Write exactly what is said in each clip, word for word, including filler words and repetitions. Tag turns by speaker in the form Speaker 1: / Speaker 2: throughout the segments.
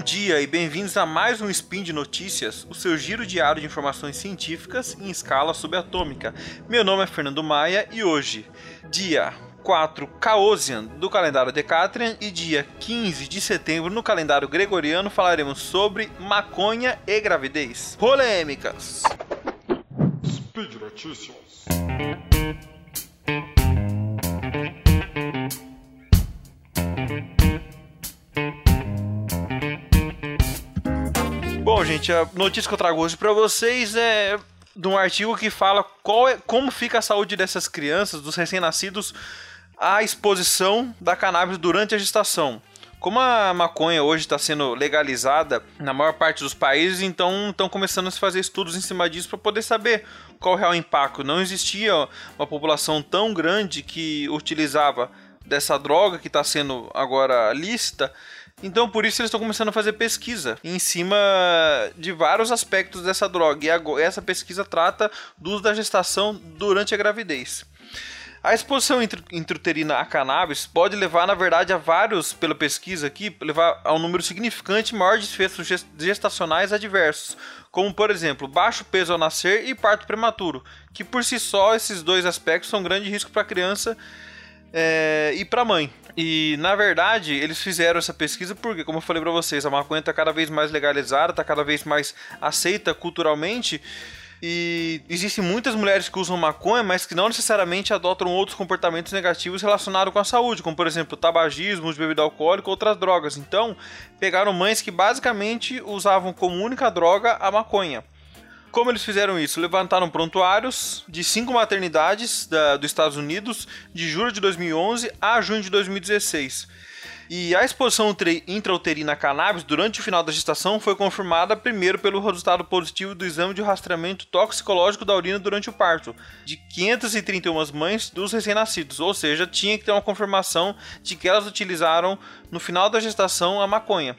Speaker 1: dia e bem-vindos a mais um Spin de Notícias, o seu giro diário de informações científicas em escala subatômica. Meu nome é Fernando Maia e hoje, dia quatro Caosian do calendário Decatrian e dia quinze de setembro no calendário Gregoriano, falaremos sobre maconha e gravidez. Polêmicas.
Speaker 2: Speed Notícias.
Speaker 1: Bom, gente, a notícia que eu trago hoje para vocês é de um artigo que fala qual é, como fica a saúde dessas crianças, dos recém-nascidos, à exposição da cannabis durante a gestação. Como a maconha hoje está sendo legalizada na maior parte dos países, então estão começando a se fazer estudos em cima disso para poder saber qual é o real impacto. Não existia uma população tão grande que utilizava dessa droga que está sendo agora lícita. Então, por isso, eles estão começando a fazer pesquisa em cima de vários aspectos dessa droga. E essa pesquisa trata do uso da gestação durante a gravidez. A exposição intrauterina à cannabis pode levar, na verdade, a vários, pela pesquisa aqui, levar a um número significante maior de desfechos gestacionais adversos, como, por exemplo, baixo peso ao nascer e parto prematuro, que por si só, esses dois aspectos são um grande risco para a criança é, e para a mãe. E, na verdade, eles fizeram essa pesquisa porque, como eu falei para vocês, a maconha está cada vez mais legalizada, está cada vez mais aceita culturalmente. E existem muitas mulheres que usam maconha, mas que não necessariamente adotam outros comportamentos negativos relacionados com a saúde, como, por exemplo, tabagismo, uso de bebida alcoólica ou outras drogas. Então, pegaram mães que basicamente usavam como única droga a maconha. Como eles fizeram isso? Levantaram prontuários de cinco maternidades da, dos Estados Unidos de julho de dois mil e onze a junho de dois mil e dezesseis. E a exposição intrauterina à cannabis durante o final da gestação foi confirmada primeiro pelo resultado positivo do exame de rastreamento toxicológico da urina durante o parto, de quinhentas e trinta e uma mães dos recém-nascidos, ou seja, tinha que ter uma confirmação de que elas utilizaram no final da gestação a maconha.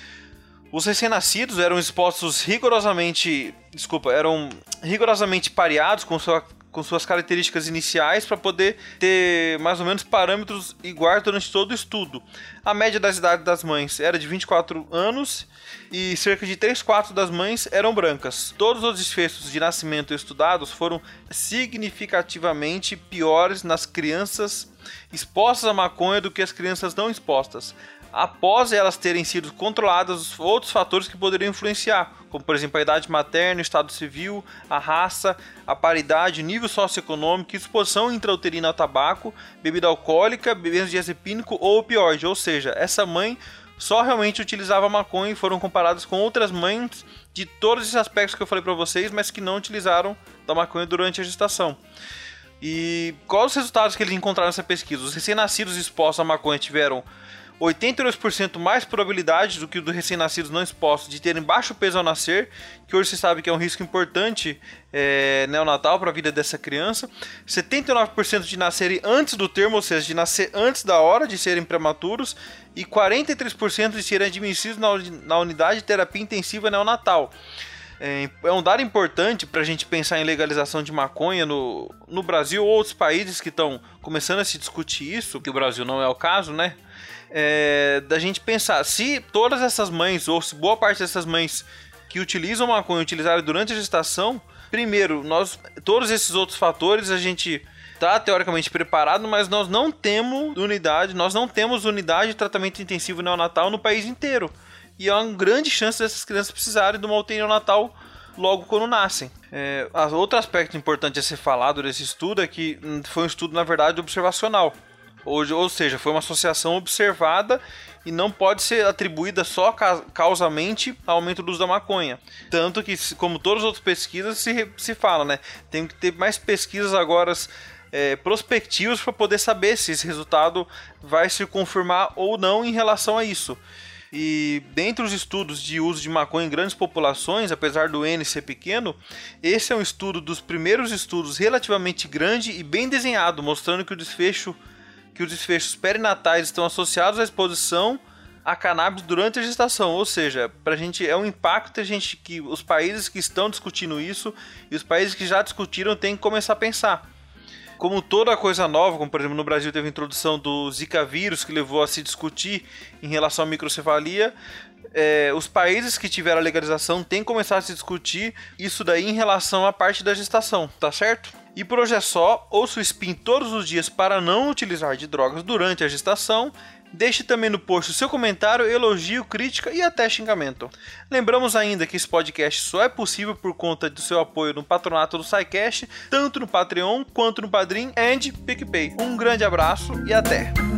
Speaker 1: Os recém-nascidos eram expostos rigorosamente, desculpa, eram rigorosamente pareados com, sua, com suas características iniciais para poder ter mais ou menos parâmetros iguais durante todo o estudo. A média das idades das mães era de vinte e quatro anos e cerca de três quartos das mães eram brancas. Todos os desfechos de nascimento estudados foram significativamente piores nas crianças expostas à maconha do que as crianças não expostas, após elas terem sido controladas outros fatores que poderiam influenciar, como por exemplo a idade materna, o estado civil, a raça, a paridade, nível socioeconômico, exposição intrauterina ao tabaco, bebida alcoólica, benzodiazepínico ou opioide, ou seja, essa mãe só realmente utilizava maconha e foram comparadas com outras mães de todos esses aspectos que eu falei para vocês, mas que não utilizaram da maconha durante a gestação. E quais os resultados que eles encontraram nessa pesquisa? Os recém-nascidos expostos à maconha tiveram oitenta e dois por cento mais probabilidade do que o dos recém-nascidos não expostos de terem baixo peso ao nascer, que hoje se sabe que é um risco importante é, neonatal para a vida dessa criança. setenta e nove por cento de nascerem antes do termo, ou seja, de nascer antes da hora de serem prematuros, e quarenta e três por cento de serem admitidos na, na unidade de terapia intensiva neonatal. É um dado importante para a gente pensar em legalização de maconha no, no Brasil ou outros países que estão começando a se discutir isso, que o Brasil não é o caso, né? É, da gente pensar, se todas essas mães, ou se boa parte dessas mães que utilizam maconha utilizaram durante a gestação, primeiro, nós, todos esses outros fatores a gente está teoricamente preparado, mas nós não temos unidade, nós não temos unidade de tratamento intensivo neonatal no país inteiro. E há uma grande chance dessas crianças precisarem de uma U T I neonatal logo quando nascem. É, outro aspecto importante a ser falado desse estudo é que foi um estudo, na verdade, observacional. Ou, ou seja, foi uma associação observada e não pode ser atribuída só causamente ao aumento do uso da maconha. Tanto que, como todas as outras pesquisas, se, se fala, né? Tem que ter mais pesquisas agora é, prospectivas para poder saber se esse resultado vai se confirmar ou não em relação a isso. E dentre os estudos de uso de maconha em grandes populações, apesar do N ser pequeno, esse é um estudo dos primeiros estudos relativamente grande e bem desenhado, mostrando que o desfecho que os desfechos perinatais estão associados à exposição a cannabis durante a gestação, ou seja, pra gente é um impacto a gente, que os países que estão discutindo isso e os países que já discutiram têm que começar a pensar. Como toda coisa nova, como por exemplo no Brasil teve a introdução do Zika vírus que levou a se discutir em relação à microcefalia, é, os países que tiveram a legalização têm começado a se discutir isso daí em relação à parte da gestação, tá certo? E por hoje é só, ouça o Spin todos os dias para não utilizar de drogas durante a gestação. Deixe também no post o seu comentário, elogio, crítica e até xingamento. Lembramos ainda que esse podcast só é possível por conta do seu apoio no patronato do SciCast, tanto no Patreon quanto no Padrim e PicPay. Um grande abraço e até!